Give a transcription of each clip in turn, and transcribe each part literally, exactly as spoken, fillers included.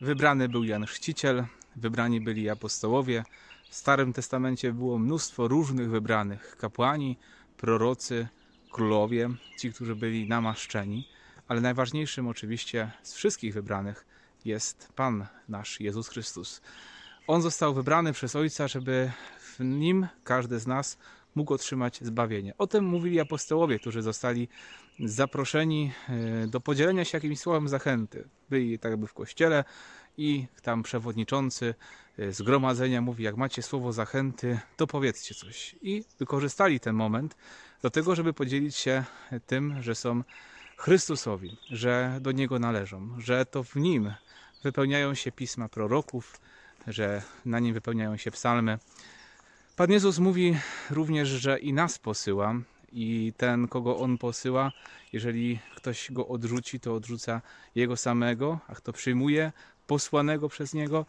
wybrany był Jan Chrzciciel, wybrani byli apostołowie. W Starym Testamencie było mnóstwo różnych wybranych, kapłani, prorocy, królowie, ci, którzy byli namaszczeni, ale najważniejszym oczywiście z wszystkich wybranych jest Pan nasz Jezus Chrystus. On został wybrany przez Ojca, żeby w Nim każdy z nas mógł otrzymać zbawienie. O tym mówili apostołowie, którzy zostali zaproszeni do podzielenia się jakimś słowem zachęty. Byli tak jakby w kościele i tam przewodniczący zgromadzenia mówi, jak macie słowo zachęty, to powiedzcie coś. I wykorzystali ten moment do tego, żeby podzielić się tym, że są Chrystusowi, że do Niego należą, że to w Nim wypełniają się pisma proroków, że na Nim wypełniają się psalmy. Pan Jezus mówi również, że i nas posyła i ten, kogo On posyła, jeżeli ktoś Go odrzuci, to odrzuca Jego samego, a kto przyjmuje posłanego przez Niego,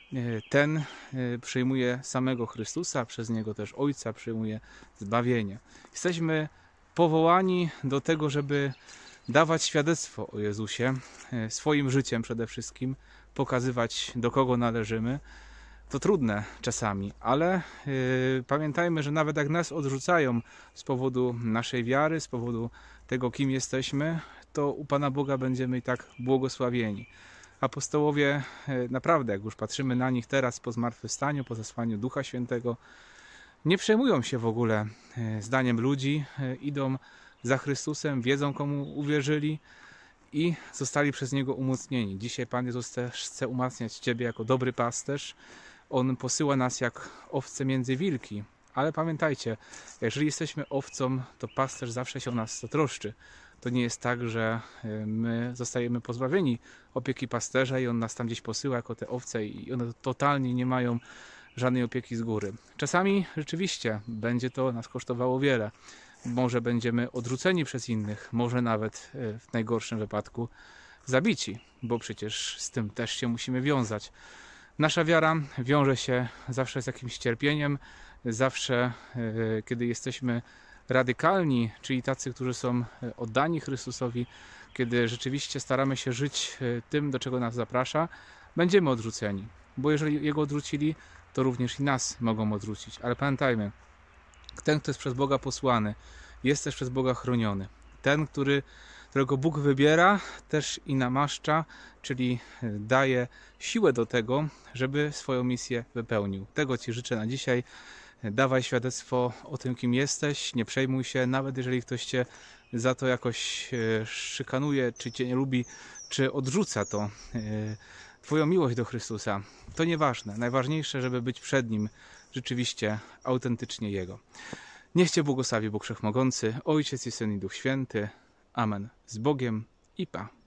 ten przyjmuje samego Chrystusa, przez Niego też Ojca, przyjmuje zbawienie. Jesteśmy powołani do tego, żeby dawać świadectwo o Jezusie, swoim życiem przede wszystkim, pokazywać, do kogo należymy. To trudne czasami, ale yy, pamiętajmy, że nawet jak nas odrzucają z powodu naszej wiary, z powodu tego, kim jesteśmy, to u Pana Boga będziemy i tak błogosławieni. Apostołowie, yy, naprawdę, jak już patrzymy na nich teraz po zmartwychwstaniu, po zesłaniu Ducha Świętego, nie przejmują się w ogóle yy, zdaniem ludzi, yy, idą za Chrystusem, wiedzą, komu uwierzyli i zostali przez Niego umocnieni. Dzisiaj Pan Jezus też chce umacniać Ciebie jako dobry pasterz. On posyła nas jak owce między wilki, ale pamiętajcie, jeżeli jesteśmy owcą, to pasterz zawsze się o nas zatroszczy. To nie jest tak, że my zostajemy pozbawieni opieki pasterza i on nas tam gdzieś posyła jako te owce i one totalnie nie mają żadnej opieki z góry. Czasami rzeczywiście będzie to nas kosztowało wiele. Może będziemy odrzuceni przez innych, może nawet w najgorszym wypadku zabici, bo przecież z tym też się musimy wiązać. Nasza wiara wiąże się zawsze z jakimś cierpieniem, zawsze kiedy jesteśmy radykalni, czyli tacy, którzy są oddani Chrystusowi, kiedy rzeczywiście staramy się żyć tym, do czego nas zaprasza, będziemy odrzuceni, bo jeżeli Jego odrzucili, to również i nas mogą odrzucić. Ale pamiętajmy, ten, kto jest przez Boga posłany, jest też przez Boga chroniony. Ten, który, którego Bóg wybiera, też i namaszcza, czyli daje siłę do tego, żeby swoją misję wypełnił. Tego Ci życzę na dzisiaj. Dawaj świadectwo o tym, kim jesteś. Nie przejmuj się, nawet jeżeli ktoś Cię za to jakoś szykanuje, czy Cię nie lubi, czy odrzuca to Twoją miłość do Chrystusa. To nieważne. Najważniejsze, żeby być przed Nim rzeczywiście autentycznie Jego. Niech Cię błogosławi Bóg Wszechmogący, Ojciec i Syn i Duch Święty. Amen. Z Bogiem i Pa.